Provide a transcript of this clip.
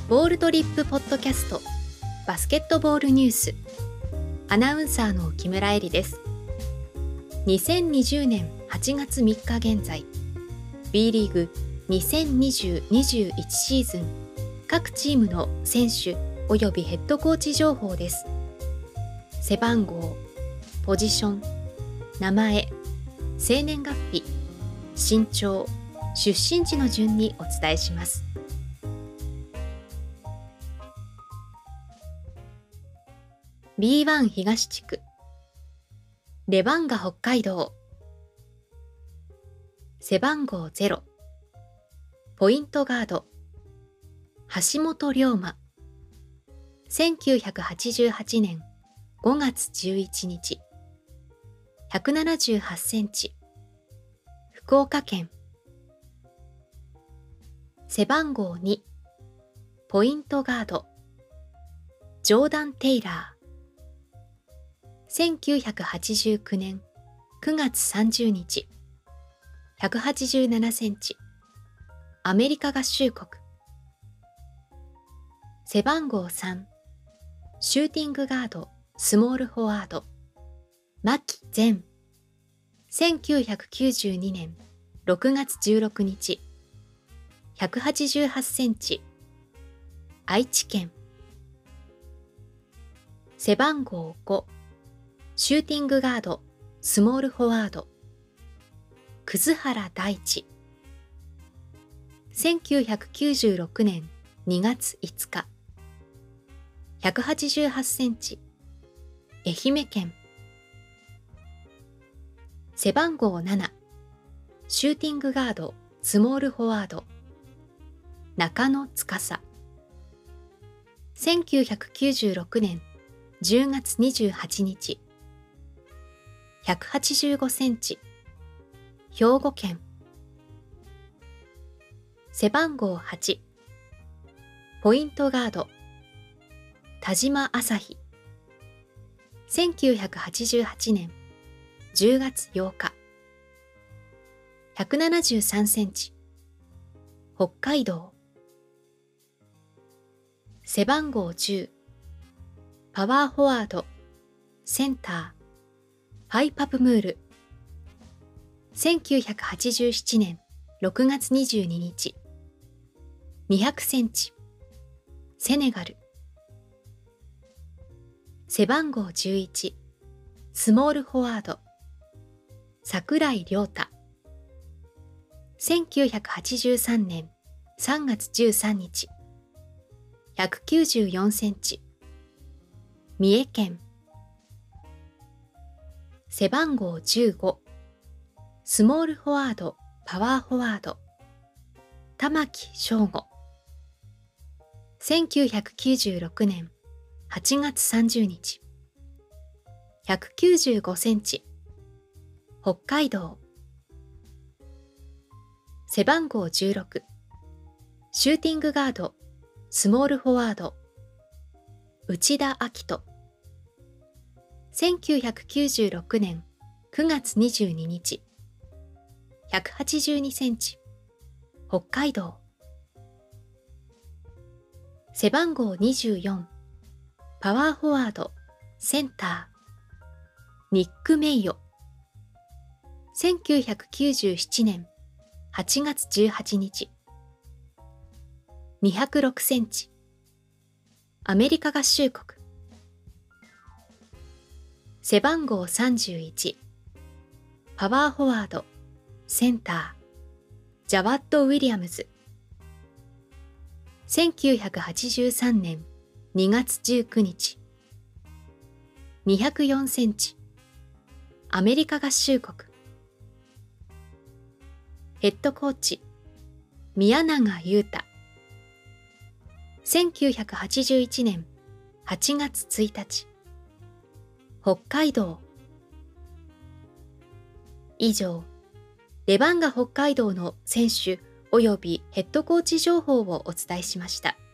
ボールトリップポッドキャストバスケットボールニュース、アナウンサーの木村恵里です。2020年8月3日現在、 B リーグ 2020-21 シーズン各チームの選手およびヘッドコーチ情報です。背番号、ポジション、名前、生年月日、身長、出身地の順にお伝えします。B1 東地区、レバンガ北海道、背番号0、ポイントガード、橋本龍馬、1988年5月11日、178センチ、福岡県。背番号2、ポイントガード、ジョーダン・テイラー、1989年9月30日、187センチ、アメリカ合衆国。背番号3、シューティングガード、スモールフォワード、牧前、1992年6月16日、188センチ、愛知県。背番号5、シューティングガード、スモールフォワード、葛原大地、1996年2月5日、188センチ、愛媛県。背番号7、シューティングガード、スモールフォワード、中野司、1996年10月28日、185センチ、兵庫県。背番号8、ポイントガード、田島朝日、1988年10月8日、173センチ、北海道。背番号10、パワーフォワード、センター、ファイパプムール、1987年6月22日、200センチ、セネガル。背番号11、スモールフォワード、櫻井亮太、1983年3月13日、194センチ、三重県。背番号15、スモールフォワード、パワーフォワード、玉木翔吾、1996年8月30日、195センチ、北海道。背番号16、シューティングガード、スモールフォワード、内田彰人、1996年9月22日、182センチ、北海道。背番号24、パワーフォワード、センター、ニック・メイヨ、1997年8月18日、206センチ、アメリカ合衆国。背番号31、パワーフォワード、センター、ジャワッド・ウィリアムズ、1983年2月19日、204センチ、アメリカ合衆国。ヘッドコーチ、宮永裕太、1981年8月1日、北海道。以上、レバンガ北海道の選手およびヘッドコーチ情報をお伝えしました。